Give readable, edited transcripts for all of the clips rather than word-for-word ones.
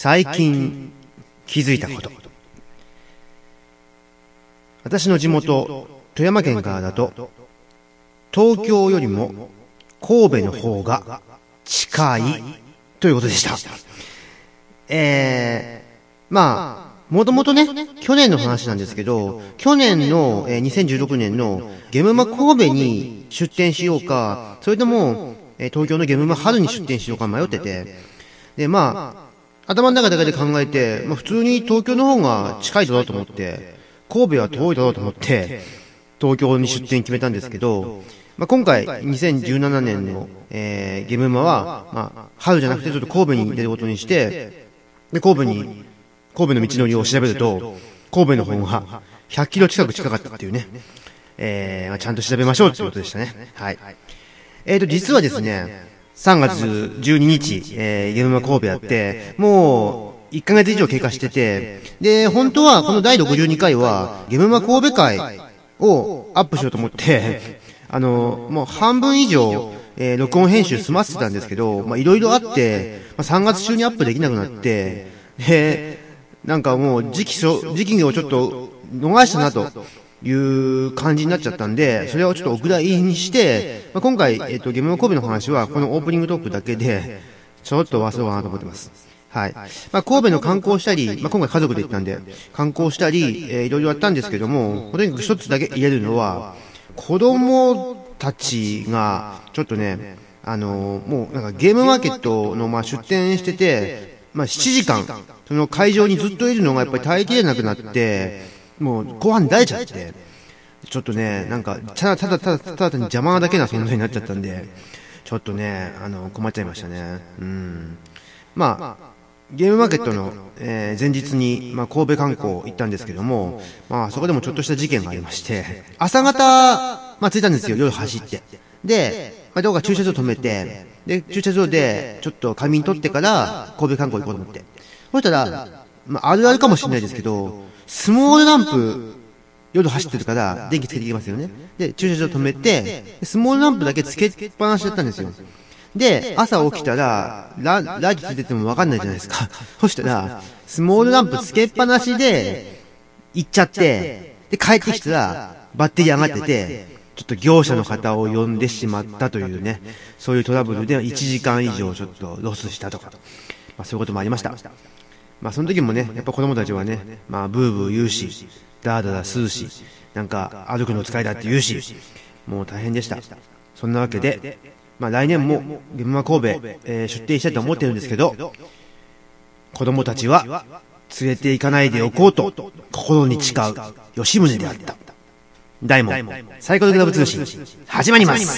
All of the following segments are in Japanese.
最近気づいたこと。私の地元富山県からだと東京よりも神戸の方が近いということでした。まあもともとね、去年の話なんですけど、去年の、2016年のゲムマ神戸に出店しようか、それとも、東京のゲムマ春に出店しようか迷ってて、で、まあ、頭の中だけで考えて、まあ普通に東京の方が近いだろうと思って、神戸は遠いだろうと思って、東京に出店決めたんですけど、まあ今回、2017年の、ゲムマは、まあ、春じゃなくてちょっと神戸に出ることにして、で、神戸の道のりを調べると、神戸の方が100キロ近かったっていうね。まあ、ちゃんと調べましょうっていうことでしたね。はい。実はですね、3月12日、ゲムマ神戸やって、もう1ヶ月以上経過してて、で、本当はこの第62回は、ゲムマ神戸会をアップしようと思って、もう半分以上、録音編集済ませてたんですけど、まあ、いろいろあって、まあ、3月中にアップできなくなって、で、なんかもう時期をちょっと逃したなという感じになっちゃったんで、それをちょっとお蔵入りにして、まあ、今回、ゲムマ神戸の話はこのオープニングトークだけで、ちょっと忘れようかなと思ってます。はい。まあ、神戸の観光したり、まあ、今回家族で行ったんで、観光したり、いろいろやったんですけども、とにかく一つだけ言えるのは、子供たちが、ちょっとね、もうなんかゲームマーケットのまあ出店してて、まあ7時間、その会場にずっといるのがやっぱり耐えきれなくなって、もう後半慣れちゃって、ちょっとね、なんか、ただに邪魔だけな存在になっちゃったんで、ちょっとね、困っちゃいましたね。まあ、ゲームマーケットの、前日に、まあ、神戸観光行ったんですけども、まあ、そこでもちょっとした事件がありまして、朝方、まあ、着いたんですよ、夜走って。で、まあ、どうか駐車場止めて、で、駐車場で、ちょっと仮眠取ってから、神戸観光行こうと思って。そしたら、まあ、あるあるかもしれないですけど、スモールランプ、夜走ってるから、電気つけていきますよね。で、駐車場止めて、スモールランプだけつけっぱなしだったんですよ。で、朝起きたら、ライトついててもわかんないじゃないですか。そしたら、スモールランプつけっぱなしで、行っちゃって、で、帰ってきたら、バッテリー上がってて、ちょっと業者の方を呼んでしまったというね、そういうトラブルで1時間以上ちょっとロスしたとか、まあそういうこともありました。まあその時もね、やっぱ子供たちはね、まあブーブー言うし、ダーダー吸うし、なんか歩くの疲れだって言うし、もう大変でした。そんなわけで、まあ来年もゲムマ神戸、出店したいと思ってるんですけど、子供たちは連れて行かないでおこうと心に誓う吉宗であった。大門サイコロクラブ通信始まります。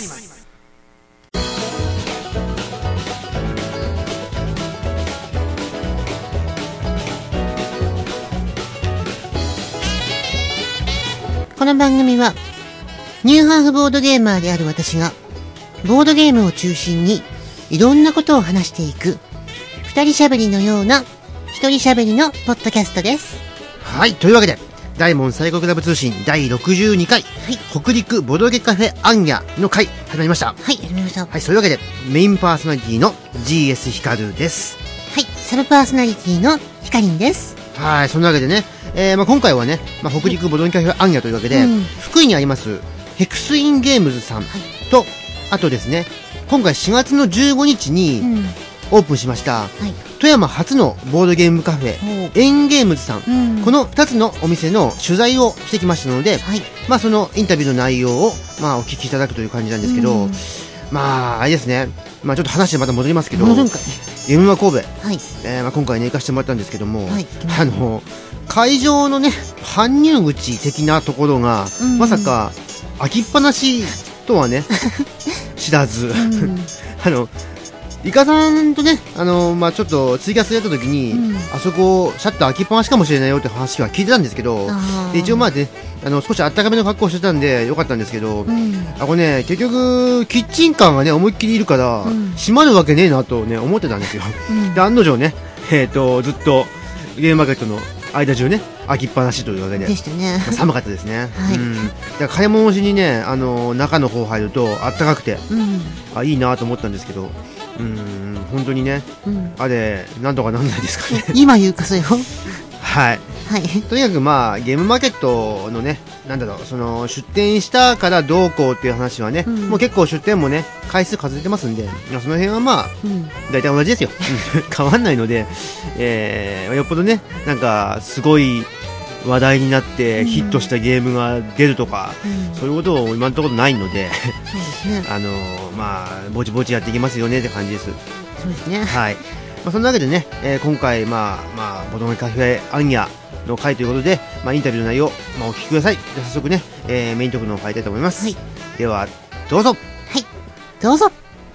この番組はニューハーフボードゲーマーである私がボードゲームを中心にいろんなことを話していく二人喋りのような一人喋りのポッドキャストです。 はい、というわけで大門サイコクラブ通信第62回、はい、北陸ボドゲカフェアンギャの回始まりました。 はい、始まりました。 はい、そういうわけでメインパーソナリティの GS ヒカルです。 はい、サブパーソナリティのヒカリンです。 はい、そんなわけでね、まあ、今回はね、まあ、北陸ボドゲカフェアンギャというわけで、福井にありますヘクスインゲームズさんと、あとですね、今回4月の15日にオープンしました、富山初のボードゲームカフェエンゲームズさん、この2つのお店の取材をしてきましたので、まあそのインタビューの内容をまあお聞きいただくという感じなんですけど、まああれですね、まあちょっと話でまた戻りますけど、ゲームマ神戸、まあ今回ね行かせてもらったんですけども、会場のね搬入口的なところが、まさか開きっぱなしとはね知らずイカさんとね、まあちょっとツイキャスやった時に、あそこシャッター開きっぱなしかもしれないよって話は聞いてたんですけど、で一応まあね、少しあったかめの格好をしてたんでよかったんですけど、これね結局キッチンカーがね思いっきりいるから、閉まるわけねえなとね思ってたんですよ。で案の定ね、ずっとゲームマーケットの間中ね開きっぱなしというわけで、 でしたね、 寒かったですね。だから買い物しにね中の方入るとあったかくて、あいいなと思ったんですけど、 本当にね、あれなんとかなんないですかね。 今言うかそれを。 はい。 はい。 とにかくまあゲームマーケットのね、なんだろう、その出店したからどうこうっていう話はね、もう結構出店もね回数数えてますんで、その辺はまあ、大体同じですよ。変わんないので、よっぽどね、なんかすごい話題になってヒットしたゲームが出るとか、そういうことを今のところないので、 そうですね。 まあぼちぼちやっていきますよねって感じです。 そうですね。 はい。まあ、そんなわけでね、今回まあボドゲカフェアンヤの回ということで、まあ、インタビューの内容、まあ、お聞きください。じゃあ早速ね、メイントークの方入りたいと思います。ではどうぞ。 はい、どうぞ。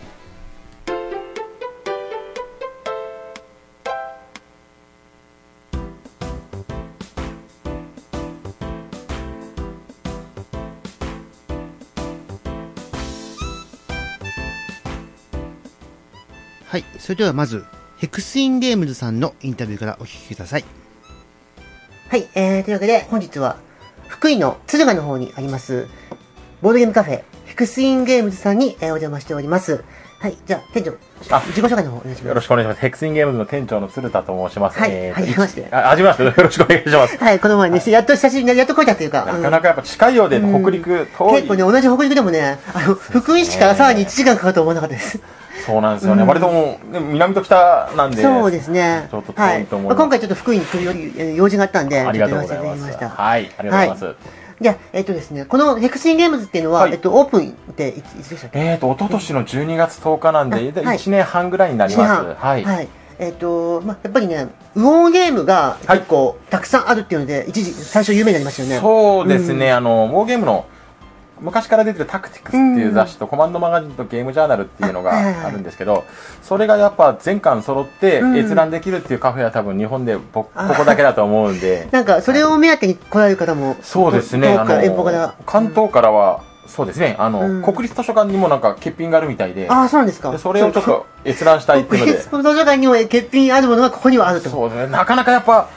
はい、それではまずヘクスインゲームズさんのインタビューからお聞きください。 はい、というわけで本日は福井の敦賀の方にありますボードゲームカフェヘクスインゲームズさんに、お邪魔しております。はい、じゃあ店長、自己紹介の方お願いします。 よろしくお願いします。ヘクスインゲームズの店長の鶴田と申します。 はい、はじめまして。 はじめまして。よろしくお願いします。 はい、この前ね、やっと久しぶりにやっと来いたというか、 なかなかやっぱ近いようで、北陸遠い。 結構ね、同じ北陸でもね、福井市からさらに1時間かかると思わなかったです。 そうなんですよね。割ともう南と北なんで。 そうですね。 ちょっと遠いと思います。 今回ちょっと福井に来るより用事があったんで、 ありがとうございます。はい、ありがとうございます。 じゃあ、ですね、このヘクスインゲームズっていうのは、オープンっていつでしたっけ？ 一昨年の12月10日なんで、1年半ぐらいになります。はい。 はい。やっぱりね、ウォーゲームが結構たくさんあるっていうので、最初有名になりましたよね。 そうですね、ウォーゲームの昔から出てるタクティクスっていう雑誌とコマンドマガジンとゲームジャーナルっていうのがあるんですけど、それがやっぱ全巻揃って閲覧できるっていうカフェは多分日本でここだけだと思うんで、 なんかそれを目当てに来られる方も、 そうですね、関東からはそうですね、国立図書館にもなんか欠品があるみたいで、 ああ、そうなんですか。 それをちょっと閲覧したいっていうので、 国立図書館にも欠品あるものがここにはあると。 そうですね、なかなかやっぱ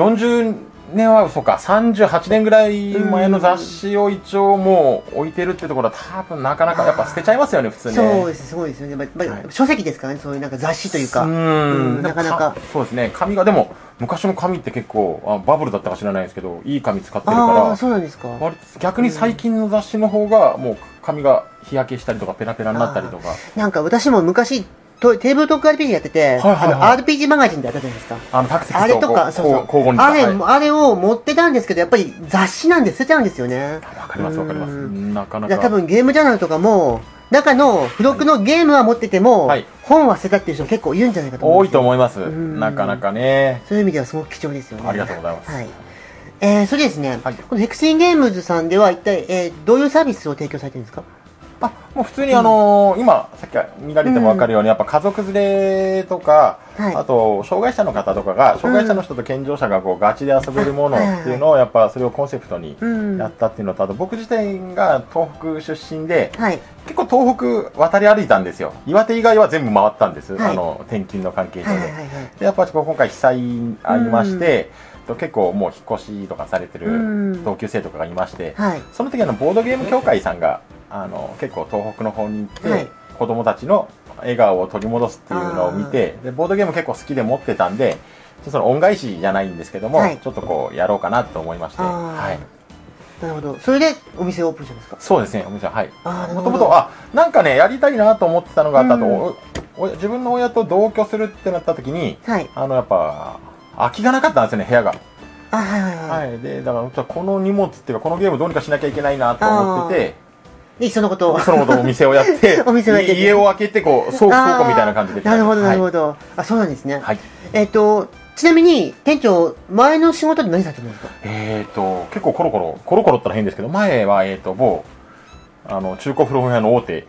40年は嘘か、38年ぐらい前の雑誌を一応もう置いてるってところは多分なかなかやっぱ捨てちゃいますよね、普通ね。 そうです、すごいですよね。書籍ですからね、そういうなんか雑誌というか。なかなか。 そうですね、紙がでも昔の紙って結構バブルだったか知らないですけど、いい紙使ってるから。 ああ、そうなんですか。 逆に最近の雑誌の方がもう紙が日焼けしたりとかペラペラになったりとか。 なんか私も昔テーブルトーク RPG やってて、RPG マガジンでやったじゃないですか。 タクティクスあれとか、そうそう。あれを持ってたんですけど、やっぱり雑誌なんで捨てちゃうんですよね。 わかります、わかります。なかなか。 多分ゲームジャーナルとかも、中の付録のゲームは持ってても、本は捨てたっていう人結構いるんじゃないかと思います。 多いと思います。なかなかね。 そういう意味ではすごく貴重ですよね。 ありがとうございます。 はい。それですね、このヘクスインゲームズさんでは一体、どういうサービスを提供されてるんですか？ もう普通に今さっき見られても分かるように、やっぱ家族連れとか、あと障害者の方とかが、障害者の人と健常者がこうガチで遊べるものっていうのをやっぱそれをコンセプトにやったっていうのと、あと僕自体が東北出身で、結構東北渡り歩いたんですよ。岩手以外は全部回ったんです、転勤の関係上で。でやっぱ今回被災ありまして、結構もう引っ越しとかされてる同級生とかがいまして、その時ボードゲーム協会さんが結構東北の方に行って、子供たちの笑顔を取り戻すっていうのを見て、でボードゲーム結構好きで持ってたんで、その恩返しじゃないんですけども、ちょっとこうやろうかなと思いまして。 なるほど。それでお店をオープンしたんですか？ そうですね、お店は。はい。もともとなんかねやりたいなと思ってたのがあったと、自分の親と同居するってなった時に、やっぱ空きがなかったんですよね、部屋が。でだからこの荷物っていうかこのゲームどうにかしなきゃいけないなと思ってて。そのことお店をやって家を開けてこう倉庫みたいな感じで。 なるほどなるほど。そうなんですね。ちなみに店長前の仕事で何されてるんですか？ 結構コロコロって言ったら変ですけど、前は某中古古本屋の大手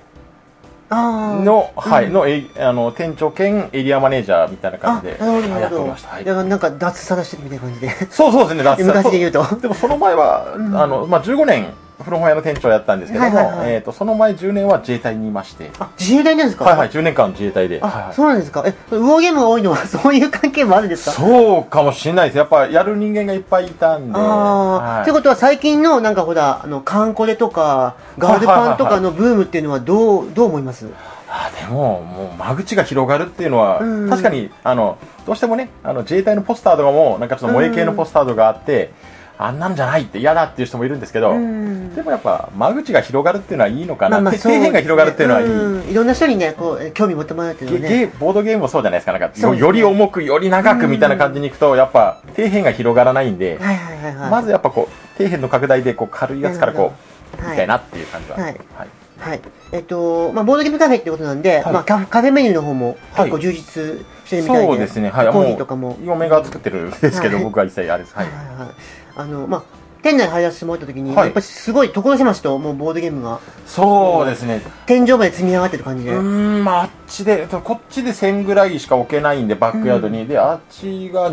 の店長兼エリアマネージャーみたいな感じでやっておりました。 なんか脱サラしてるみたいな感じで。 そうですね、脱サラ。 昔で言うと。 でもその前は15年古本屋の店長やったんですけども、その前10年は自衛隊にいまして。 自衛隊なんですか？ 10年間自衛隊で。 そうなんですか。ウォーゲームが多いのはそういう関係もあるんですか？ そうかもしれないです。やっぱやる人間がいっぱいいたんで。 ってことは最近のなんかカンコレとかガールパンとかのブームっていうのはどう思います？ ででも、もう間口が広がるっていうのは、 うん確かに、どうしてもね、自衛隊のポスターとかも、なんかちょっと萌え系のポスターとかがあって、あんなんじゃないって嫌だっていう人もいるんですけど、でもやっぱ間口が広がるっていうのはいいのかな、底辺が広がるっていうのはいい。 いろんな人にね、こう、興味持ってもらうっていうのはね。 ボードゲームもそうじゃないですか。なんか、 そうですねより重く、より長くみたいな感じにいくと、やっぱ、底辺が広がらないんで、 はいはいはいはい。 まずやっぱこう、底辺の拡大で、こう、軽いやつからこう、 はいみたいなっていう感じは。 はいはい。 はい。まあ、ボードゲームカフェってことなんで、 はいまあ、カフェメニューの方も結構充実してるみたいで。 そうですね。はい。 コーヒーとかも。 嫁が作ってるんですけど、 はい僕は一切あれです。はい。 まあ、店内入らせてもらった時に、 はいやっぱりすごい所狭しともうボードゲームがそうですね。 天井まで積み上がってる感じで。 まあ、あっちで、こっちで1000ぐらいしか置けないんで、バックヤードに。で、あっちが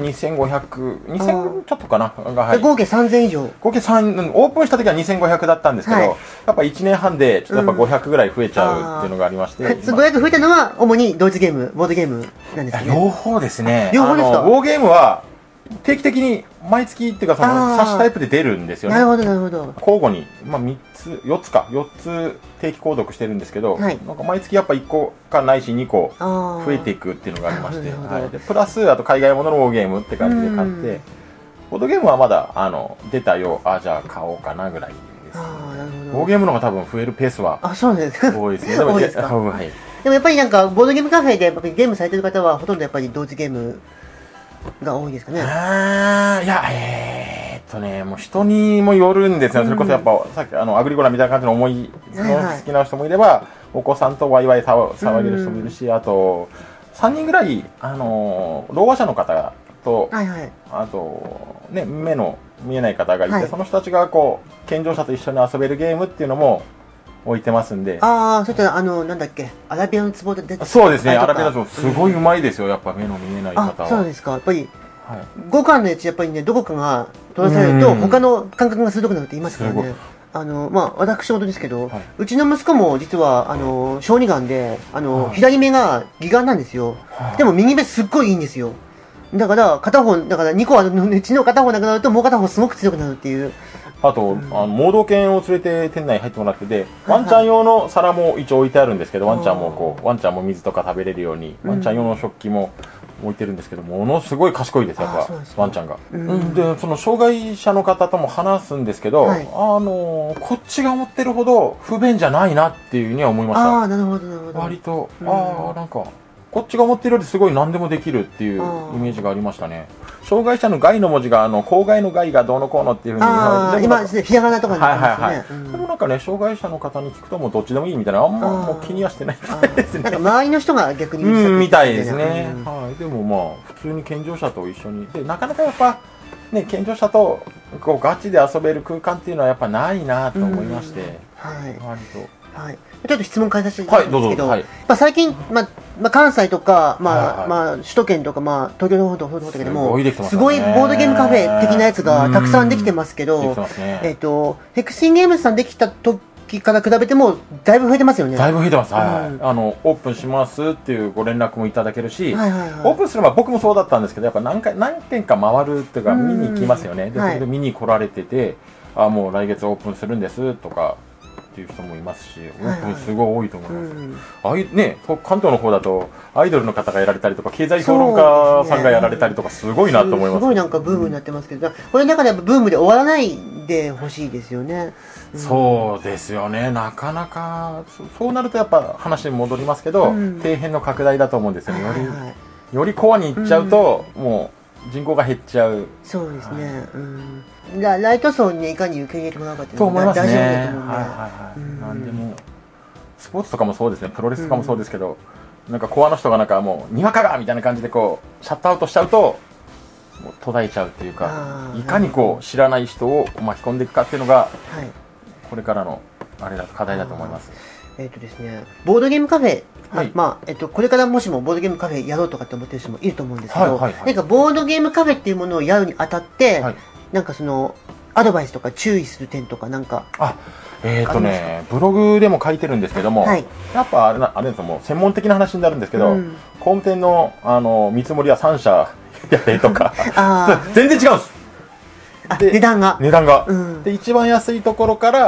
2500、2000ちょっとかなが、はい。 合計3000以上。 合計3、オープンした時は2500だったんですけど、 はいやっぱ1年半で、ちょっとやっぱ500ぐらい増えちゃうっていうのがありまして。 500増えたのは主にドイツゲーム、ボードゲームなんですよね。 両方ですね。 両方ですかウォーゲームは、定期的に毎月っていうか、その、 あー冊子タイプで出るんですよね。 なるほど、なるほど。 交互に、まあ、4つ定期購読してるんですけど、 はいなんか毎月やっぱ1個かないし2個増増えていくっていうのがありまして、 なるほどはい、でプラスあと海外もののウォーゲームって感じで買って、ボードゲームはまだ出たよ、じゃあ買おうかなぐらいです。 なるウほど。 ォーゲームの方が多分増えるペースはそうなんです。 多いですね。でも多いですかはい。 でもやっぱりなんか、ボードゲームカフェでやっぱりゲームされてる方はほとんどやっぱりドイツゲームが多いですかね。 いや、もう人にもよるんですよ。それこそやっぱ、さっきアグリコラみたいな感じのその好きな人もいれば、お子さんとワイワイ騒げる人もいるし、あと、3人ぐらい、ろう話者の方と、 はいはい。 あと、ね、目の見えない方がいて、 はいその人たちがこう、健常者と一緒に遊べるゲームっていうのも置いてますんで。 そしたらなんだっけ、アラビアの壺で出てそうですね、アあれとかラビアだとすごい上手いですよ、やっぱ目の見えない方は。 そうなんですか。やっぱり、 はい 5巻のやつやっぱりね、どこかが取らされると、 うん他の感覚が鋭くなるって言いますからすごいね。まあ、私事ですけど、 はいうちの息子も実は、小児がんで、 はい左目が義眼なんですよ。 はいでも右目すっごいいいんですよ。だから、だから2個あるうちの片方なくなると、もう片方すごく強くなるっていう。 あと、盲導犬を連れて店内に入ってもらってて、ワンちゃん用の皿も一応置いてあるんですけど、ワンちゃんも水とか食べれるように、ワンちゃん用の食器も置いてるんですけど、ものすごい賢いです、やっそうですかぱ、ワンちゃんが。で、その障害者の方とも話すんですけど、 はいこっちが思ってるほど不便じゃないなっていうふうには思いました。 なるほど、なるほど。 割と、なんか、こっちが思ってるよりすごい何でもできるっていうイメージがありましたね。障害者の害の文字が、公害の害がどうのこうのっていうふうに。 今ですね、ひらがなとかになってますよね。 でもなんかね、障害者の方に聞くともうどっちでもいいみたいな、あんまもう気にはしてないみたいですね。 なんか周りの人が逆にみたいですね。はい。でもまあ、普通に健常者と一緒に。で、なかなかやっぱ、ね、健常者とこうガチで遊べる空間っていうのはやっぱないなと思いまして。 はい。 割と。 はい。ちょっと質問変えさせていただきますけど、 はいどうぞまあ最近、関西とか、 はいはい首都圏とか、東京の方とかそうだけども、 すごいできてますすよねごいボードゲームカフェ的なやつがたくさんできてますけできどてますね、 ヘクシンゲームズさんできた時から比べても、だいぶ増えてますよね。 だいぶ増えてます。はい、はいうんオープンしますっていうご連絡もいただけるし、 はいはいはいオープンすれば僕もそうだったんですけど、やっぱ何軒か回るっていうか、見に行きますよね。で、それで見に来られてて、もう来月オープンするんですとか、っていう人もいますし、オープンすごい多いと思います。関東の方だと、アイドルの方がやられたりとか、経済評論家さんがやられたりとか、すごいなと思います。 すごいなんかブームになってますけど、これだからやっぱブームで終わらないでほしいですよね。 そうですよね。なかなか、そうなるとやっぱ話に戻りますけど、底辺の拡大だと思うんですよね。よりコアに行っちゃうと、もう人口が減っちゃう。 そうですね。ライト層にいかに受け入れてもらうかっていうのが大事だと思うんで。 なんでも、スポーツとかもそうですね。プロレスとかもそうですけど、なんかコアの人がなんかもう、にわかがみたいな感じでこう、シャットアウトしちゃうと、もう途絶えちゃうっていうか、いかにこう、知らない人を巻き込んでいくかっていうのが、これからの、課題だと思います。 ですね、ボードゲームカフェ、これからもしもボードゲームカフェやろうとかって思ってる人もいると思うんですけど、なんかボードゲームカフェっていうものをやるにあたって、なんかその、アドバイスとか注意する点とかなんか。 ブログでも書いてるんですけども、やっぱあれですよ、もう専門的な話になるんですけど、コンテンの、見積もりは3社やれとか、全然違うんです。 値段が。 で、一番安いところから、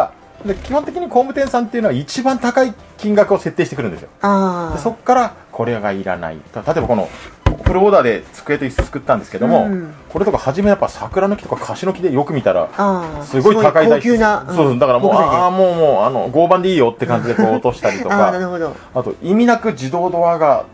で基本的に工務店さんっていうのは一番高い金額を設定してくるんですよ。でそこからこれがいらない。例えばこのフルオーダーで机と椅子作ったんですけども、これとか初めやっぱ桜の木とか樫の木でよく見たらすごい高い台数、そうだからもうもう合板でいいよって感じでこう落としたりとかあと意味なく自動ドアが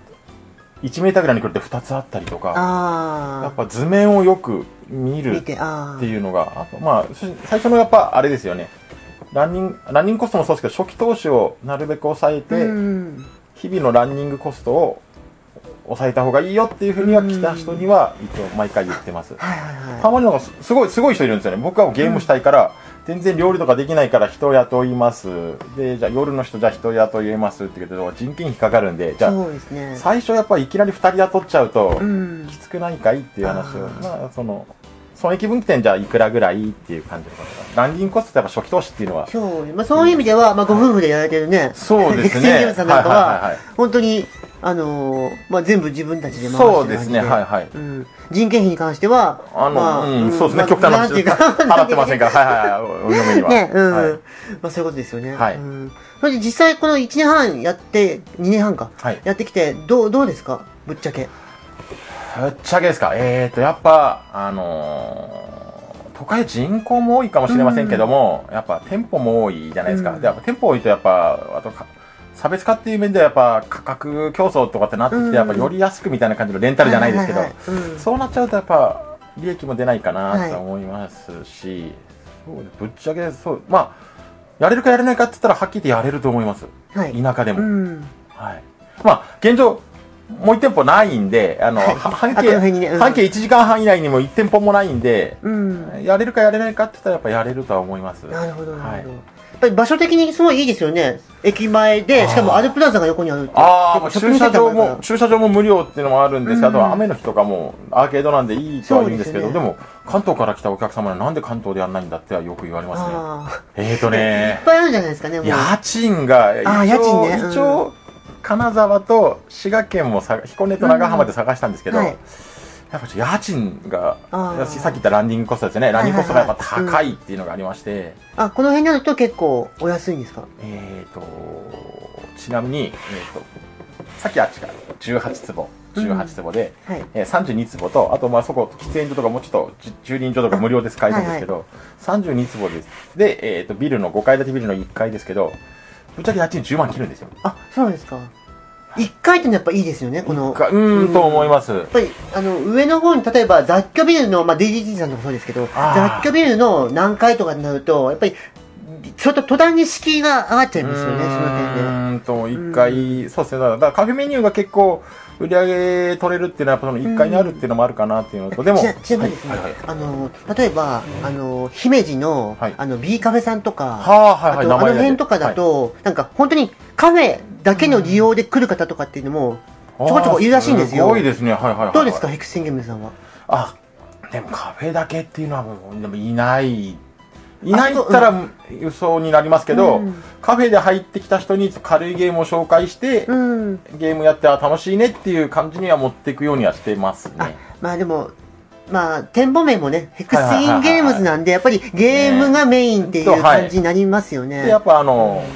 1メーターぐらいにくれて2つあったりとか、やっぱ図面をよく見るっていうのが、あとまあ最初のやっぱあれですよね、ランニングコストもそうですけど初期投資をなるべく抑えて、日々のランニングコストを抑えた方がいいよっていうふうには来た人には一応毎回言ってます。たまになんかすごい人いるんですよね。僕はゲームしたいから、全然料理とかできないから人を雇います。で、じゃあ夜の人じゃあ人雇いますって言うけど人件費かかるんで、じゃあ、最初やっぱりいきなり2人雇っちゃうと、きつくないかいっていう話を、まあ損益分岐点じゃあいくらぐらいっていう感じで、ランディングコストってやっぱ初期投資っていうのはそういう意味では、ご夫婦でやられてるね、 そうですね、 ヘクセンゲームさんなんかは本当に全部自分たちで回してるそうですね、はいはい。 人件費に関してはそうですね、極端な話払ってませんから、お嫁にはね、そういうことですよね。それで実際この1年半やって2年半かやってきてどうですか、ぶっちゃけ。 ぶっちゃけですか。やっぱ都会人口も多いかもしれませんけども、やっぱ店舗も多いじゃないですか。でやっぱ店舗多いとやっぱあと差別化っていう面ではやっぱ価格競争とかってなってきて、やっぱより安くみたいな感じのレンタルじゃないですけど、そうなっちゃうとやっぱ利益も出ないかなと思いますし、ぶっちゃけそう、まあやれるかやれないかって言ったらはっきり言ってやれると思います。田舎でも。まあ現状もう1店舗ないんで、半径1時間半以内にも1店舗もないんで、やれるかやれないかって言ったらやっぱやれるとは思います。 なるほど、なるほど。やっぱり場所的にすごいいいですよね。駅前で、しかもアルプラザが横にあるって。 駐車場も無料っていうのもあるんですけど、あとは雨の日とかもアーケードなんでいいとは言うんですけど、でも関東から来たお客様はなんで関東でやんないんだってはよく言われますね。いっぱいあるんじゃないですかね。 家賃が一応金沢と滋賀県も彦根と長浜で探したんですけど、やっぱ家賃が、さっき言ったランディングコストですよね。ランディングコストがやっぱ高いっていうのがありまして。 この辺になると結構お安いんですか？ ちなみに、さっきあっちから18坪で、32坪と、あとまあそこ、喫煙所とかもうちょっと駐輪場とか無料で使えるんですけど、32坪です。で、ビルの5階建てビルの1階ですけど、ぶっちゃけ家賃10万切るんですよ。 そうですか。1階ってのはやっぱいいですよね、この。 と思います。 やっぱり、上の方に、例えば雑居ビルの、DDT さんとかそうですけど、雑居ビルの何階とかになると、やっぱり、ちょっと途端に敷居が上がっちゃいますよね、その辺で。1階、そうですね。だからカフェメニューが結構、売り上げ取れるっていうのは、やっぱその1階にあるっていうのもあるかなっていうのと、でも、 ちなみにですね、例えば、姫路の、B カフェさんとか、あの辺とかだと、なんか本当にカフェだけの利用で来る方とかっていうのも、ちょこちょこいるらしいんですよ。 すごいですね、 どうですか、ヘクセンゲームさんは。 でもカフェだけっていうのはもう、でもいないったら嘘になりますけど、カフェで入ってきた人に軽いゲームを紹介して、ゲームやって楽しいねっていう感じには持っていくようにはしてますね。 でも、店舗名もね、ヘクシンゲームズなんで、やっぱりゲームがメインっていう感じになりますよね。 で、やっぱ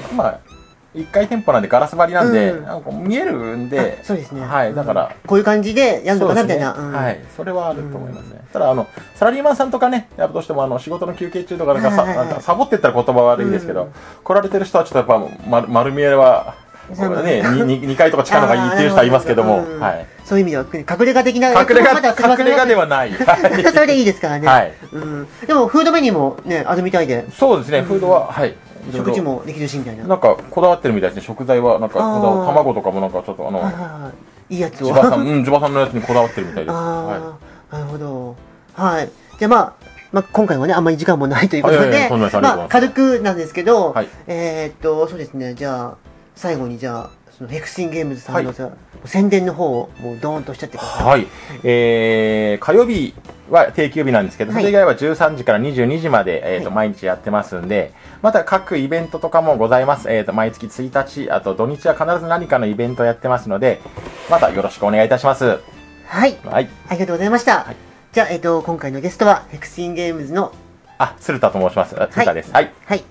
1階店舗なんでガラス張りなんで、見えるんで、 そうですね。 だから、 こういう感じでやるのかなみたいな。 それはあると思いますね。ただ、サラリーマンさんとかね、やっぱどうしても仕事の休憩中とかなんかサボってったら言葉悪いですけど、来られてる人はちょっとやっぱ丸見えは、2階とか近いのがいいっていう人はいますけども、 そういう意味では隠れ家的な隠れ家ではない。 それでいいですからね。でもフードメニューもね、あるみたいで。 そうですね、フードは、 食事もできるしみたいな。 なんかこだわってるみたいですね。食材はなんか卵とかもなんかちょっといいやつを。 地場産のやつにこだわってるみたいです。 なるほど。じゃあ今回はねあんまり時間もないということで、軽くなんですけど、そうですね。じゃあ最後にそのヘクシンゲームズさんの宣伝の方をもうドーンとしちゃってください。 火曜日は定休日なんですけど、それ以外は13時から22時まで、毎日やってますんで、また各イベントとかもございます。毎月1日、あと土日は必ず何かのイベントをやってますので、またよろしくお願いいたします。 ありがとうございました。じゃあ、今回のゲストは、ヘクシンゲームズの、 鶴田と申します。鶴田です。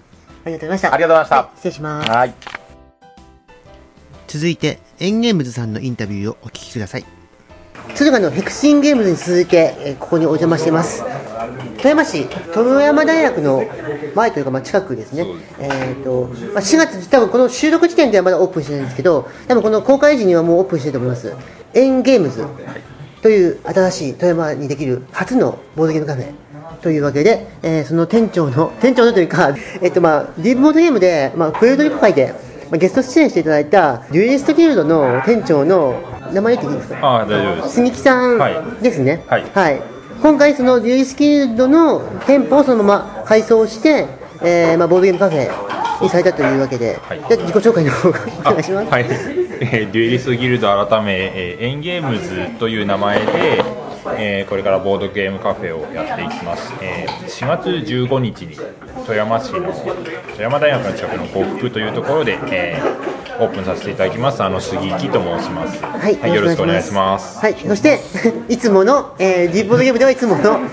ありがとうございました。 ありがとうございました。 はい、失礼します。 はい。 続いて、エンゲームズさんのインタビューをお聞きください。 敦賀のヘクシンゲームズに続いて、ここにお邪魔しています。富山市富山大学の前というか、近くですね。4月、多分この収録時点ではまだオープンしてないんですけど、多分この公開時にはもうオープンしてると思います。エンゲームズという新しい富山にできる初のボードゲームカフェというわけで、その店長のというか、ディープボードゲームで、プエルトリコ会で、ゲスト出演していただいたデュエリストギルドの店長の名前言っていいですか？ 大丈夫です。 杉木さんですね。 はい。 はい。今回そのデュエリストギルドの店舗をそのまま改装して、ボードゲームカフェにされたというわけで、 はい、 じゃあ自己紹介の方お願いします。 はい。デュエリストギルド改め、エンゲームズという名前で、これからボードゲームカフェをやっていきます。4月15日に富山市の富山大学の近くの呉服というところで、オープンさせていただきます。杉木と申します。 はい、 よろしくお願いします。 はい、そしていつもの、ディープボードゲームではいつものはい、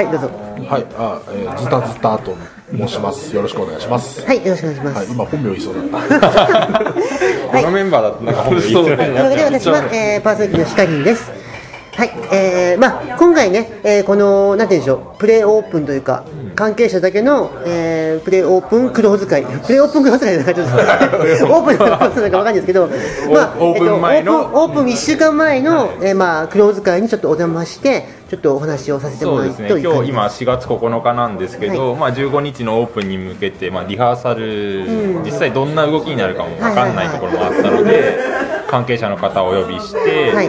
どうぞ。 はい、ズタズタと申します。よろしくお願いします。 はい、よろしくお願いします。 はい、今本名言いそうだった。 このメンバーだとなんか本名言いそうだった。 というわけで私は、パーソナリティのヒカリンです。はい、今回ね、このなんていうんでしょう、プレイオープンというか、関係者だけの、プレイオープンクローズ会、プレイオープンクローズ会なんかちょっとオープンクローズなんかわかんないですけど、オープン1週間前の、クローズ会にちょっとお邪魔して。ちょっとお話をさせてもらうというそうですね、今日今4月9日なんですけど、はい、15日のオープンに向けて、リハーサル、実際どんな動きになるかも分かんないところもあったので、関係者の方をお呼びして、はい、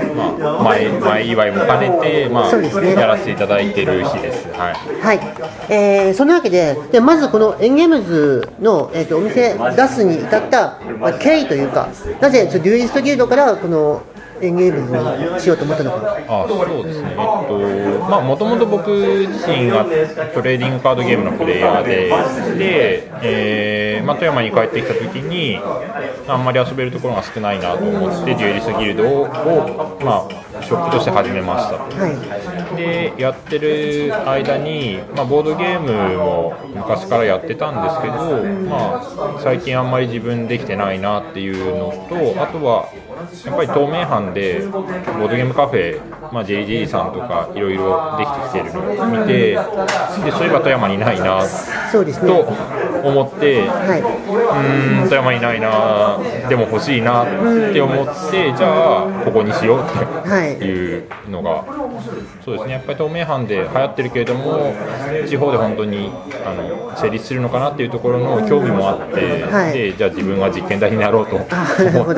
前祝いも兼ねて、やらせていただいている日です。はいはい、そのわけで、まずこのエンゲームズの、お店出すに至った、経緯というか、なぜデュエリストギルドからこのエンゲームズにしようと思ったのか。 そうですね、もともと僕自身がトレーディングカードゲームのプレイヤーで、富山に帰ってきたときにあんまり遊べるところが少ないなと思ってデュエリストギルドを、ショップとして始めました。はい、でやってる間に、ボードゲームも昔からやってたんですけど、最近あんまり自分できてないなっていうのと、あとはやっぱり東名阪でボードゲームカフェ、JJ さんとかいろいろできてきてるのを見て、でそういえば富山にないなと思って、富山にないな、でも欲しいなって思って、じゃあここにしようっていうのが、そうですね、やっぱり東名阪で流行ってるけれども地方で本当に成立するのかなっていうところの興味もあって、でじゃあ自分は実験台になろうと思って、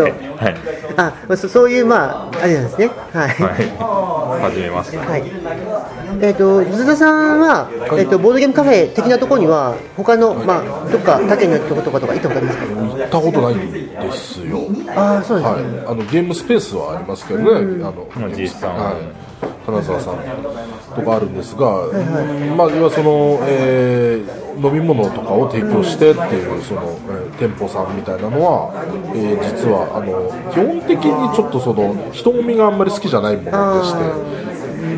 そういうあれなんですね。はい。 始めました。 はい。鈴田さんはボードゲームカフェ的なところには他のどっか他県のとことか行ったことありますか？ 行ったことないんですよ。 そうですね。 はい。ゲームスペースはありますけどね。 実際金沢さんとかあるんですが、要はその、飲み物とかを提供してっていうその、店舗さんみたいなのは、実は基本的にちょっとその人混みがあんまり好きじゃないものでして、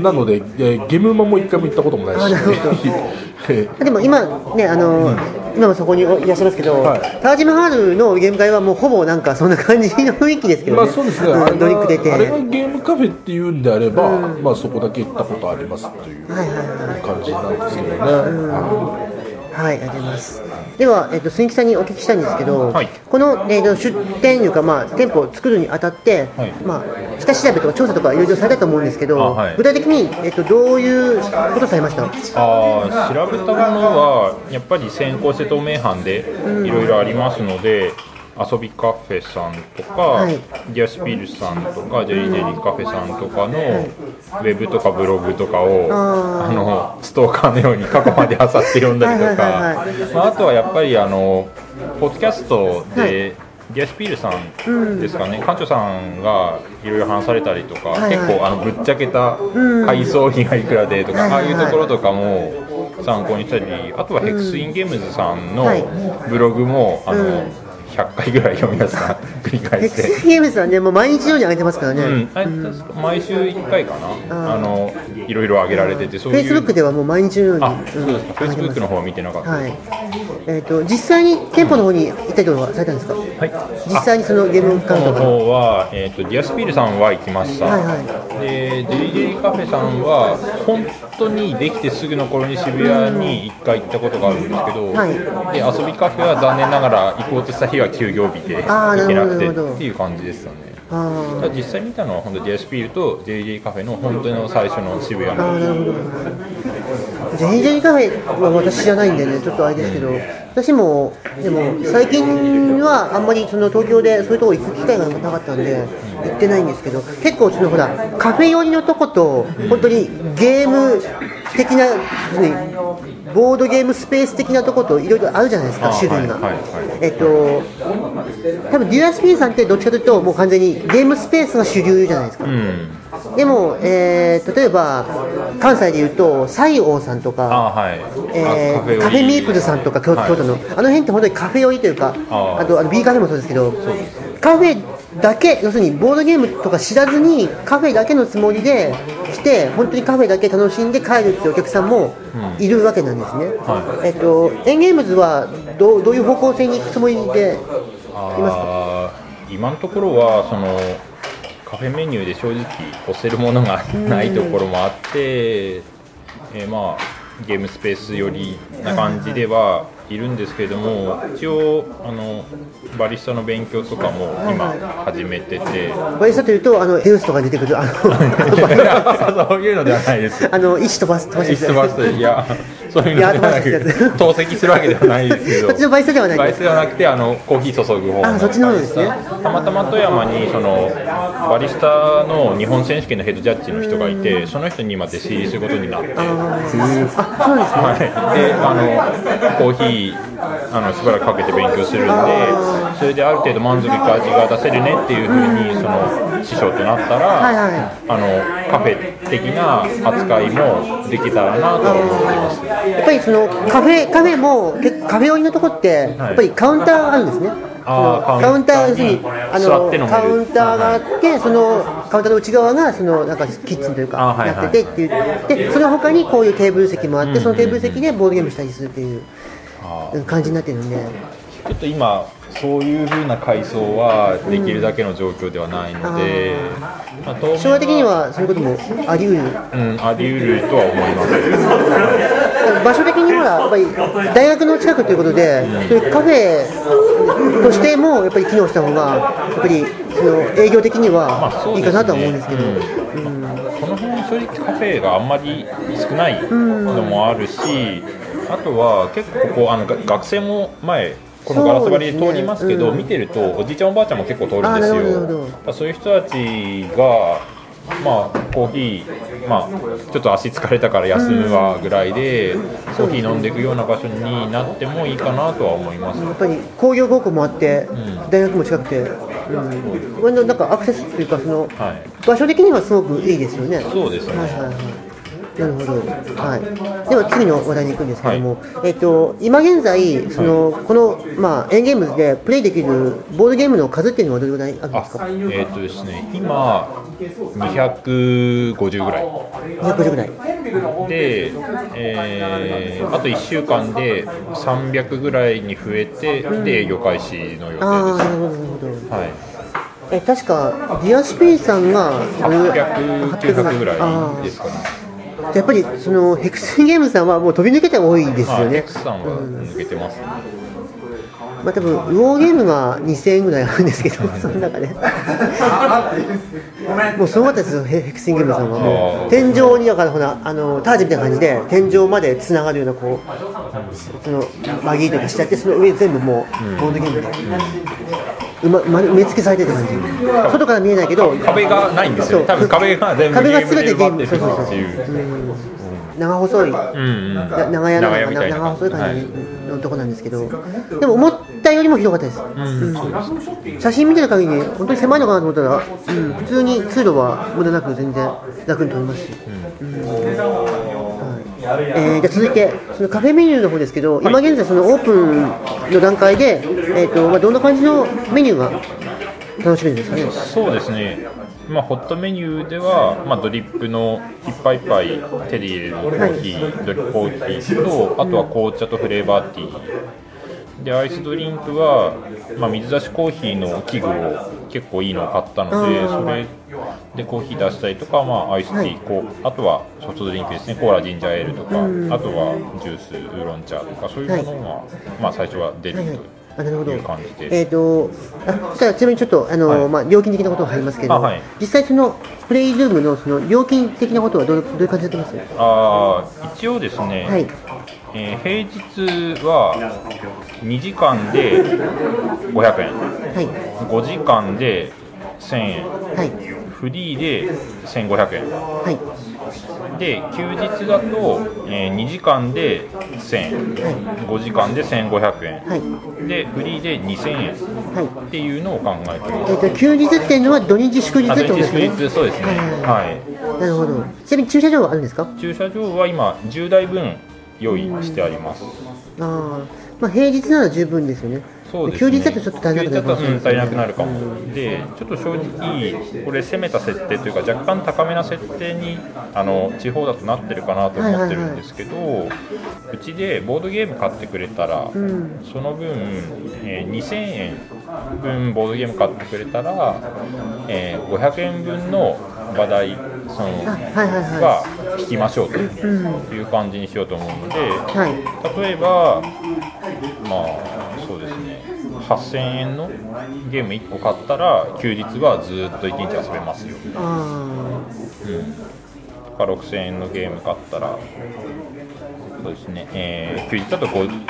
なので、ゲムマも一回も行ったこともないし、 でも今ね今もそこにいらっしゃいますけど、タージマハールのゲーム会はもうほぼなんかそんな感じの雰囲気ですけどね。 そうですね。 ドリンク出て、 あれがゲームカフェっていうんであれば、そこだけ行ったことありますという感じなんですけどね。 はい、ありがとうございます。では、鈴木さんにお聞きしたいんですけど、 はい、 この、出店というか、店舗を作るにあたって、下調べとか調査とかいろいろされたと思うんですけど、具体的に、どういうことされました？ 調べたものはやっぱり先行して東名阪でいろいろありますので、遊びカフェさんとか、ディアスピルさんとかジェリージェリーカフェさんとかのウェブとかブログとかをストーカーのように過去まで漁って読んだりとか、あとはやっぱりポッドキャストで、ディアスピールさんですかね、館長さんがいろいろ話されたりとか、結構ぶっちゃけた配送費がいくらでとか、ああいうところとかも参考にしたり、あとはヘクスインゲームズさんのブログも100 100回ぐらい読み出した繰り返ヘクしてスゲームズはねもう毎日のように上げてますからね、 あれ確か毎週1回かな、いろいろ上げられてて、そういうフェイスブックではもう毎日のようにそうですか、フェイスブックの方は見てなかったです。 実際に店舗の方に行ったりとかされたんですか？ はい、 実際にそのゲームカウンターの方は、ディアスピールさんは行きました、で JJ カフェさんは本当にできてすぐの頃に渋谷に1回行ったことがあるんですけど、で遊びカフェは残念ながら行こうとした日は休業日で行けなくてっていう感じでしたね。実際見たのは本当ディアスピールと JJ カフェの本当の最初の渋谷の。 JJ カフェは私知らないんでね、ちょっとあれですけど、私もでも最近はあんまりその東京でそういうとこ行く機会がなかったんで行ってないんですけど、結構そのほらカフェ寄りのとこと本当にゲーム的なボードゲームスペース的なとこといろいろあるじゃないですか、種類が。多分デュアスピーさんってどっちかというともう完全にゲームスペースが主流じゃないですか。でも、例えば関西でいうと西王さんとか、カフェミープルさんとか京都のあの辺って本当にカフェ寄りというか、あとビーカフェもそうですけど、カフェだけ、要するにボードゲームとか知らずにカフェだけのつもりで来て本当にカフェだけ楽しんで帰るっていうお客さんもいるわけなんですね。エンゲームズはどういう方向性に行くつもりでいますか？ 今のところはそのカフェメニューで正直押せるものがないところもあって、まあゲームスペース寄りな感じではいるんですけれども、一応バリスタの勉強とかも今始めてて、 バリスタというとデウスとか出てくるそういうのではないです。 石飛ばすいやそういうのではなく投石するわけではないですけど、 そっちのバリスタではない。 バリスタではなくてコーヒー注ぐ方の。 そっちの方ですね。たまたま富山にそのバリスタの日本選手権のヘッドジャッジの人がいて、その人に今弟子入りすることになって、 そうですね。 でコーヒーしばらくかけて勉強するんで、それである程度満足いく味が出せるねっていう風にその師匠となったら、カフェ的な扱いもできたらなとは思ってます。 やっぱりそのカフェもカフェ寄りのとこってやっぱりカウンターがあるんですね。カウンターにカウンターがあって、そのカウンターの内側がそのなんかキッチンというかやっててっていう、でその他にこういうテーブル席もあって、そのテーブル席でボードゲームしたりするっていう感じになってるんで、 ちょっと今そういう風な階層はできるだけの状況ではないので、 将来的にはそういうこともあり得る、 あり得るとは思います。 場所的にはやっぱり大学の近くということで、そういうカフェとしてもやっぱり機能した方がやっぱりその営業的にはいいかなとは思うんですけど、 この辺正直カフェがあんまり少ないのもあるし、あとは結構ここ学生も前このガラス張りで通りますけど、見てるとおじいちゃんおばあちゃんも結構通るんですよ。そういう人たちがコーヒー、ちょっと足疲れたから休むわぐらいでコーヒー飲んでいくような場所になってもいいかなとは思います。 やっぱり工業高校もあって、大学も近くて、なんかアクセスというかその、場所的にはすごくいいですよね。 そうですね。 なるほど。では次の話題に行くんですけども、今現在このエンゲームズでプレイできるボードゲームの数っていうのはどれぐらいあるんですか？ ですね、今250ぐらい。 250ぐらい。 で、あと1週間で300ぐらいに増えて、で営業開始の予定です。 なるほどなるほど。確かディアスピーさんが 800、900ぐらいですかね。 やっぱりそのヘクスゲームさんはもう飛び抜けて多いですよね。 ヘクスさんは抜けてますね。 多分ウォーゲームが2000円ぐらいあるんですけど、その中でもうすごかったですよ、ヘクスゲームさんは。もう天井にだからほらタージみたいな感じで天井までつながるようなこうそのマギーとかしてあって、その上全部もうボードゲームで埋め付けされてる感じ。外から見えないけど壁がないんですよ。多分壁が全部ゲームで埋まってるっていう。 長細い、長屋みたいな長細い感じのとこなんですけど、でも思ったよりもひどかったです。写真見てる限り本当に狭いのかなと思ったら、普通に通路は無駄なく全然楽に通りますし、 じゃあ続いてそのカフェメニューの方ですけど、今現在そのオープンの段階で、どんな感じのメニューが楽しめるんですかね。 そうですね、ホットメニューでは、ドリップのいっぱいいっぱい手で入れるコーヒー、ドリップコーヒーと、あとは紅茶とフレーバーティーで、アイスドリンクは、水出しコーヒーの器具を結構いいのを買ったので、それでコーヒー出したりとか、アイスティー、あとはソフトドリンクですね、コーラ、ジンジャーエールとか、あとはジュース、ウーロン茶とか、そういうものが、最初は出るという感じで。 じゃあちなみにちょっと料金的なことが入りますけど、実際そのプレイルームのその料金的なことはどういう感じになってます？一応ですね、平日は2時間で500円、5時間で1000円、フリーで1500円、で休日だと、2時間で1000円、5時間で1500円、でフリーで2000円っていうのを考えてます。 休日っていうのは土日祝日ってことですね。 土日祝日、そうですね。 なるほど。ちなみに駐車場はあるんですか？ 駐車場は今10台分用意してあります。 平日なら十分ですよね。 そうですね、 休日だとちょっと足りなくなるかもしれないですね。 足りなくなるかも。で、ちょっと正直これ攻めた設定というか若干高めな設定に地方だとなってるかなと思ってるんですけど、うちでボードゲーム買ってくれたら、その分、2000円分ボードゲーム買ってくれたら、500円分の話題は引きましょうという感じにしようと思うので、例えばそうですね、8000円のゲーム1個買ったら休日はずっと1日遊べますよ。6000円のゲーム買ったらそうですね、休日だと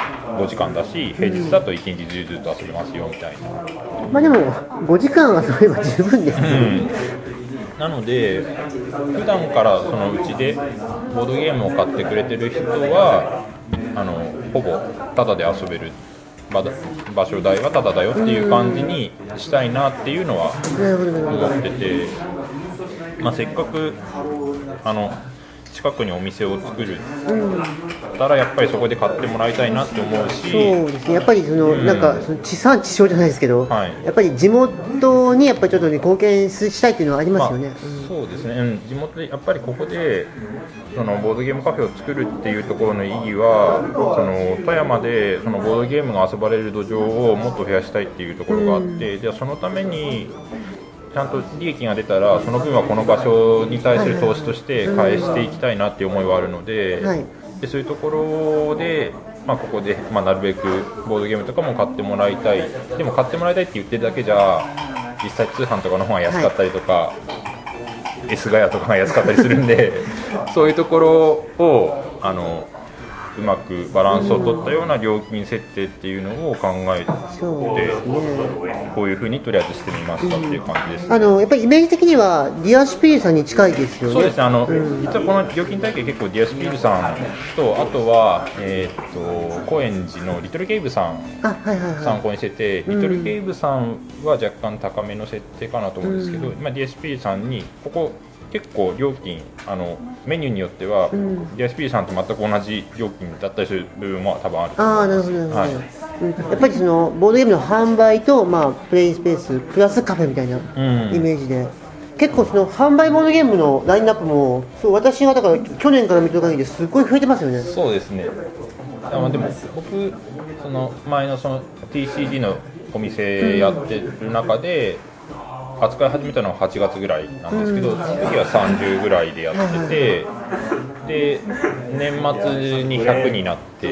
5時間だし、平日だと1日ずっと遊べますよみたいな。 でも5時間遊べば十分ですね。 なので普段からそのうちでボードゲームを買ってくれてる人はほぼタダで遊べる、場所代はタダだよっていう感じにしたいなっていうのは思ってて、せっかく近くにお店を作るたらやっぱりそこで買ってもらいたいなって思うし、 そうですね、やっぱりなんかその地産地消じゃないですけど、やっぱり地元にやっぱりちょっと貢献したいっていうのはありますよね。 そうですね、地元でやっぱりここでそのボードゲームカフェを作るっていうところの意義は、富山でそのボードゲームが遊ばれる土壌をもっと増やしたいっていうところがあって、じゃあそのためにちゃんと利益が出たらその分はこの場所に対する投資として返していきたいなっていう思いはあるので、そういうところで、ここで、なるべくボードゲームとかも買ってもらいたい。でも買ってもらいたいって言ってるだけじゃ実際通販とかの方が安かったりとか、S ガヤとかが安かったりするんでそういうところをうまくバランスを取ったような料金設定っていうのを考えて、こういうふうにとりあえずしてみましたっていう感じです、ね。 やっぱりイメージ的にはディアシュピールさんに近いですよね。 そうですね、実はこの料金体系結構ディアシュピールさんと、あとは、高円寺のリトルケイブさん参考にしてて、リトルケイブさんは若干高めの設定かなと思うんですけど、ディアシュピールさんにここ結構料金メニューによっては、ディアシュピールさんと全く同じ料金だったりする部分も多分あると思います。 なるほど、やっぱりそのボードゲームの販売と、プレイスペースプラスカフェみたいなイメージで、結構その販売ボードゲームのラインナップも私がだから去年から見てる限りですごい増えてますよね。 そうですね。でも僕その前のその TCG のお店やってる中で扱い始めたのは8月ぐらいなんですけど、その時は30ぐらいでやってて、で年末に100になって、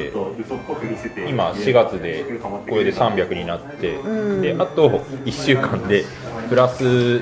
今4月でこれで300になって、であと1週間でプラス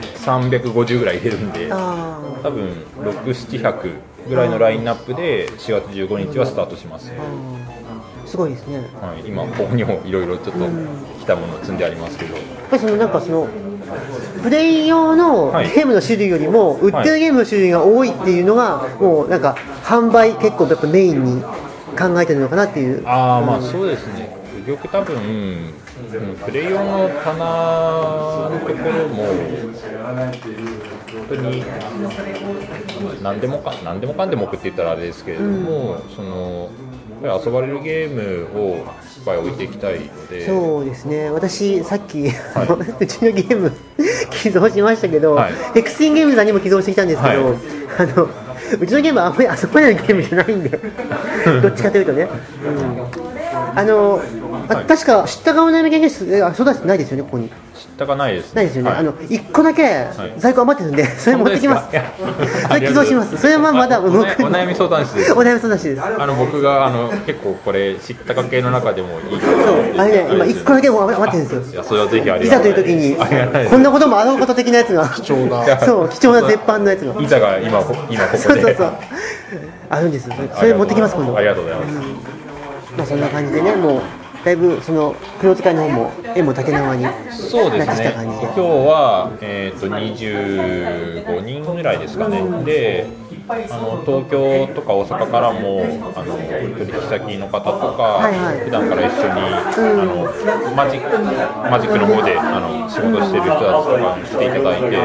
350ぐらい入れるんで、多分600-700ぐらいのラインナップで4月15日はスタートします。 すごいですね。 今ここにもいろいろちょっと来たものを積んでありますけど、やっぱりなんかプレイ用のゲームの種類よりも売ってるゲームの種類が多いっていうのが、もうなんか販売結構やっぱメインに考えてるのかなっていう。 そうですね。よく多分プレイ用の棚のところも当に何でもかんでも置くって言ったらあれですけれども、そのやっぱり遊ばれるゲームをいっぱい置いていきたいので。 そうですね、私さっき、うちのゲーム寄贈しましたけど、エクスティンゲームさんにも寄贈してきたんですけど、うちのゲームはあんまり遊ばれるゲームじゃないんでどっちかというとね、確か知った顔のゲームですそうだないですよね、ここに知ったかないです、 ないですよね、1個だけ在庫余ってるんで、それ持ってきます、それ寄贈します、それはまだお悩み相談室です、 お悩み相談室です、 僕が結構これ知ったか系の中でもいいかそうあれね、今1個だけ余ってるんですよ、 いやそれはぜひありいざという時にこんなこともあろうこと的なやつが貴重な絶版のやつがいざが今ここでそうあるんです、それ持ってきます、今度。 ありがとうございます、 まあそんな感じでね、もうだいぶその黒使いの方も絵も竹縄になってきたそうですね、 感じで、 今日は、25人ぐらいですかね、で東京とか大阪からも取引先の方とか、普段から一緒に、マジックの方で仕事してる人たちとかに来ていただいて、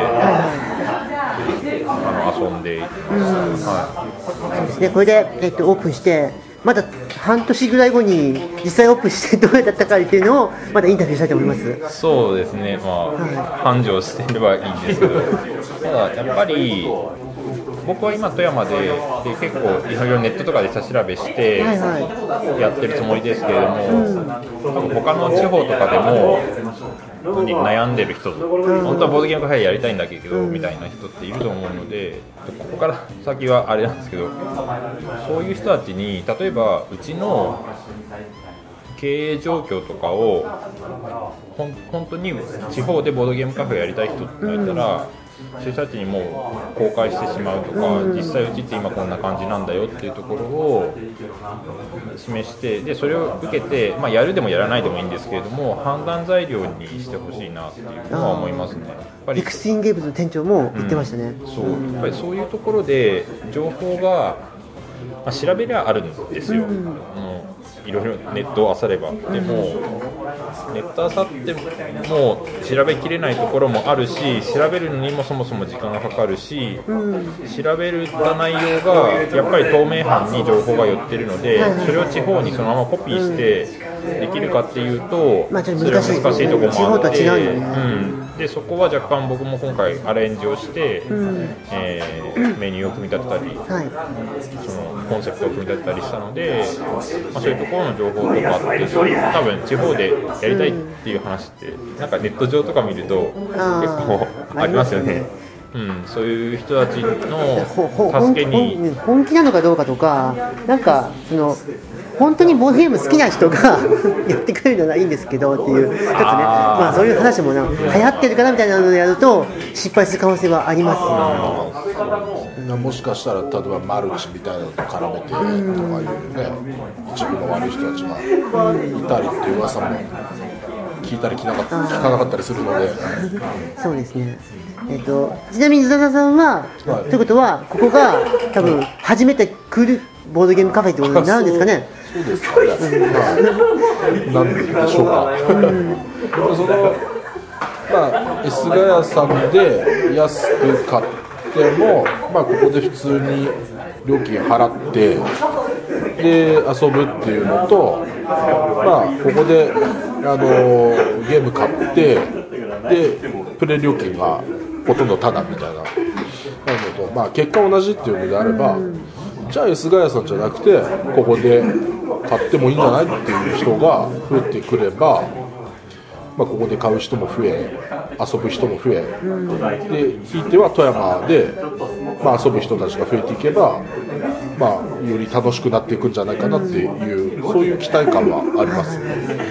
遊んで、 そうですね、これで、オープンしてまだ半年ぐらい後に実際オープンしてどうだったかっていうのをまだインタビューしたいと思います。 そうですね、繁盛していればいいんですけど、ただやっぱり僕は今富山で結構いろいろネットとかで下調べしてやってるつもりですけれども、多分他の地方とかでも悩んでる人、本当はボードゲームカフェやりたいんだけどみたいな人っていると思うので、ここから先はあれなんですけど、そういう人たちに例えばうちの経営状況とかを本当に地方でボードゲームカフェやりたい人がいたら、そういう人たちにも公開してしまうとか、実際うちって今こんな感じなんだよっていうところを示して、でそれを受けて、やるでもやらないでもいいんですけれども、判断材料にしてほしいなっていうのは思いますね。やっぱりエクスインゲームズの店長も言ってましたね、 そうやっぱりそういうところで情報が、調べりゃあるんですよ、いろいろネットを漁れば。でもネット漁っても調べきれないところもあるし、調べるのにもそもそも時間がかかるし、調べた内容がやっぱり透明版に情報が寄ってるので、それを地方にそのままコピーしてできるかっていうと、それは難しいところもあって、でそこは若干僕も今回アレンジをして、メニューを組み立てたり、そのコンセプトを組み立てたりしたので、そういうところの情報とかあって、多分地方でやりたいっていう話ってなんかネット上とか見ると結構ありますよね。そういう人たちの助けに本気なのかどうかとか、なんかその本当にボードゲーム好きな人がやってくれるのはいいんですけどっていう、ちょっとね、そういう話も流行ってるかなみたいなのでやると失敗する可能性はありますよ、 もしかしたら例えばマルチみたいなのと絡めてとかいうね、一部の悪い人たちがいたりっていう噂も聞いたり聞かなかったりするのでそうですね。ちなみにズダダさんは、ということはここが多分初めて来るボードゲームカフェってことになるんですかね。 そうですかね。なんでしょうか。そのS ガヤさんで安く買っても、ここで普通に料金払ってで遊ぶっていうのと、ここでゲーム買ってでプレイ料金がほとんどタダみたいなのと、結果同じっていうのであれば、じゃあ S ガヤさんじゃなくてここで買ってもいいんじゃないっていう人が増えてくれば、ここで買う人も増え遊ぶ人も増え、でひいては富山で、遊ぶ人たちが増えていけば、より楽しくなっていくんじゃないかなっていう、そういう期待感はあります。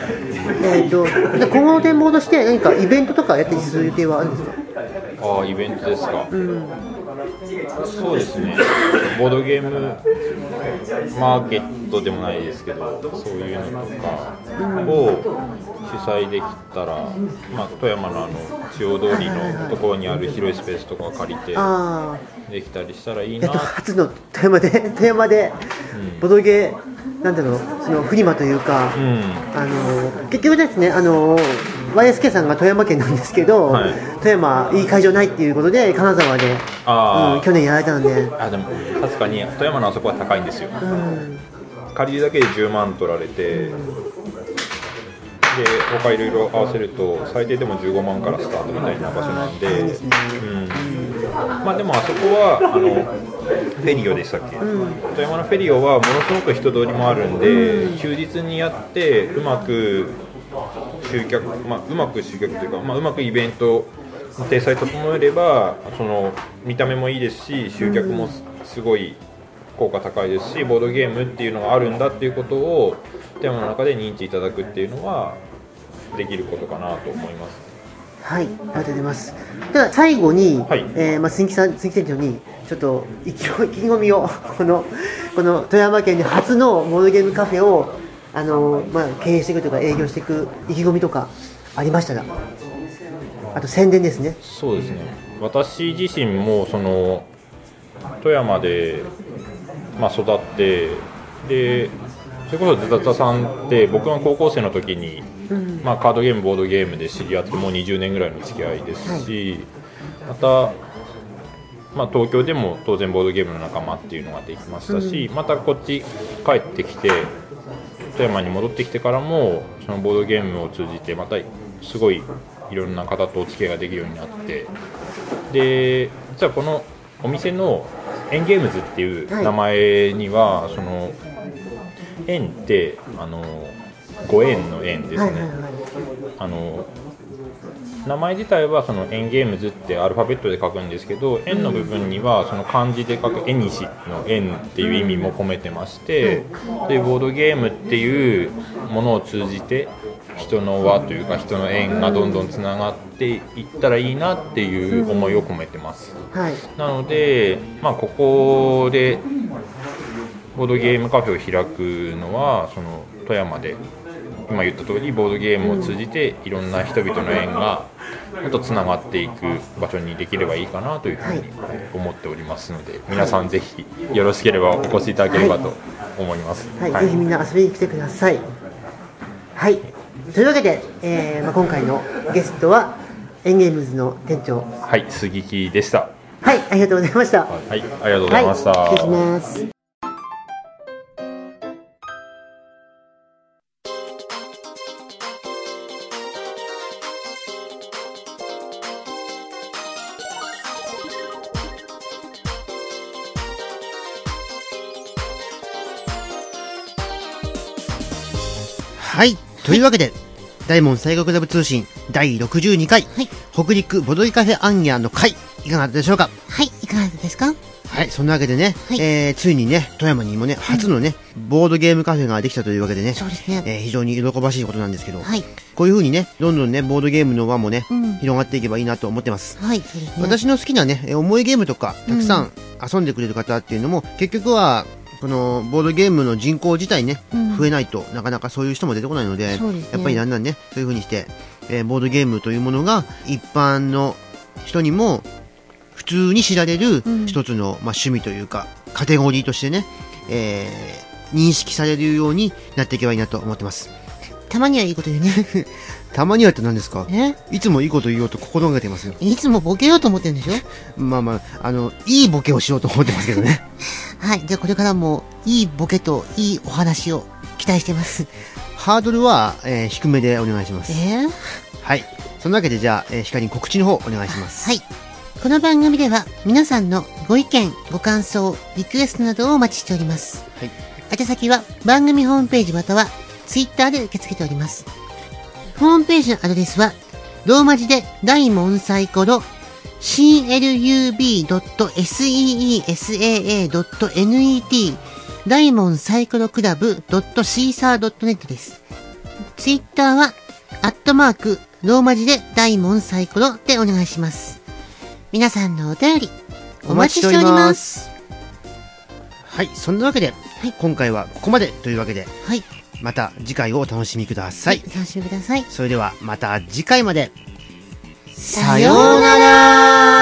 今後の展望として何かイベントとかやったりする予定はあるんですか。 イベントですか。そうですね、ボードゲームマーケットでもないですけど、そういうのとかを主催できたら、富山の中央通りのところにある広いスペースとかを借りてできたりしたらいいな。 初の富山でボードゲーなんだろう、そのフリマというか、結局ですね、 YSK さんが富山県なんですけど、 はい、 富山いい会場ないっていうことで金沢で、去年やられたんで、 でも確かに富山のあそこは高いんですよ、借りるだけで10万取られて、で他いろいろ合わせると最低でも15万からスタートみたいな場所なんで、まあでもあそこはフェリオでしたっけ、富山のフェリオはものすごく人通りもあるんで、休日にやってうまく集客というか、うまくイベントの体裁整えれば、その見た目もいいですし、集客もすごい効果高いですし、ボードゲームっていうのがあるんだっていうことを富山の中で認知いただくっていうのはできることかなと思います。 はい、ありがとうございます。では最後に、 はい、 鈴木店長にちょっと意気込みをこの富山県で初のボードゲームカフェを経営していくとか営業していく意気込みとかありましたら、あと宣伝ですね。 そうですね、私自身もその富山で、育ってで、それこそズタズタさんって僕が高校生の時に、カードゲームボードゲームで知り合ってもう20年ぐらいの付き合いですし、また、東京でも当然ボードゲームの仲間っていうのができましたし、またこっち帰ってきて富山に戻ってきてからもそのボードゲームを通じてまたすごいいろんな方とお付き合いができるようになって、で実はこのお店のエンゲームズっていう名前には、その円ってご縁の円ですね、名前自体はそのエンゲームズってアルファベットで書くんですけど、円の部分にはその漢字で書く縁西の円っていう意味も込めてまして、でボードゲームっていうものを通じて人の輪というか人の縁がどんどんつながっていったらいいなっていう思いを込めてます、なので、ここでボードゲームカフェを開くのはその富山で今言った通りボードゲームを通じていろんな人々の縁がもっとつながっていく場所にできればいいかなというふうに思っておりますので、皆さんぜひよろしければお越しいただければと思います、 ぜひみんな遊びに来てください。はい、というわけで、今回のゲストはエンゲームズの店長、 杉木でした。 ありがとうございました。 ありがとうございました。 失礼します。というわけで、大門西国クラブ通信第62回、北陸ボドゲカフェアンニャの会、いかがだったでしょうか。 いかがだったですか。 そんなわけでね、ついにね、富山にもね、初のね、ボードゲームカフェができたというわけでね、 そうですね、 非常に喜ばしいことなんですけど、こういう風にね、どんどんね、ボードゲームの輪もね、広がっていけばいいなと思ってます。 そうですね、 私の好きなね、重いゲームとか、たくさん遊んでくれる方っていうのも、結局は、このボードゲームの人口自体ね、増えないとなかなかそういう人も出てこないので、やっぱりだんだんね、そういう風にして、ボードゲームというものが一般の人にも普通に知られる一つの、趣味というかカテゴリーとしてね、認識されるようになっていけばいいなと思ってます。 たまにはいいこと言うね。 たまにはって何ですか。いつもいいこと言おうと心がけてますよ。 いつもボケようと思ってるんでしょ。 いいボケをしようと思ってますけどね。 じゃあこれからもいいボケといいお話を期待してます。 ハードルは、低めでお願いします。そんなわけでじゃあ、光に告知の方お願いします。 この番組では皆さんのご意見、ご感想、リクエストなどをお待ちしております。宛先は番組ホームページまたはツイッターで受け付けております。ホームページのアドレスはローマ字で大門サイコロ club.seesaa.net 大門サイコロクラブ .caesar.net です。ツイッターはローマ字で大門サイコロでお願いします。皆さんのお便りお待ちしております。 そんなわけで、今回はここまでというわけで、また次回をお楽しみください。 お楽しみください。 それではまた次回まで。 さようなら。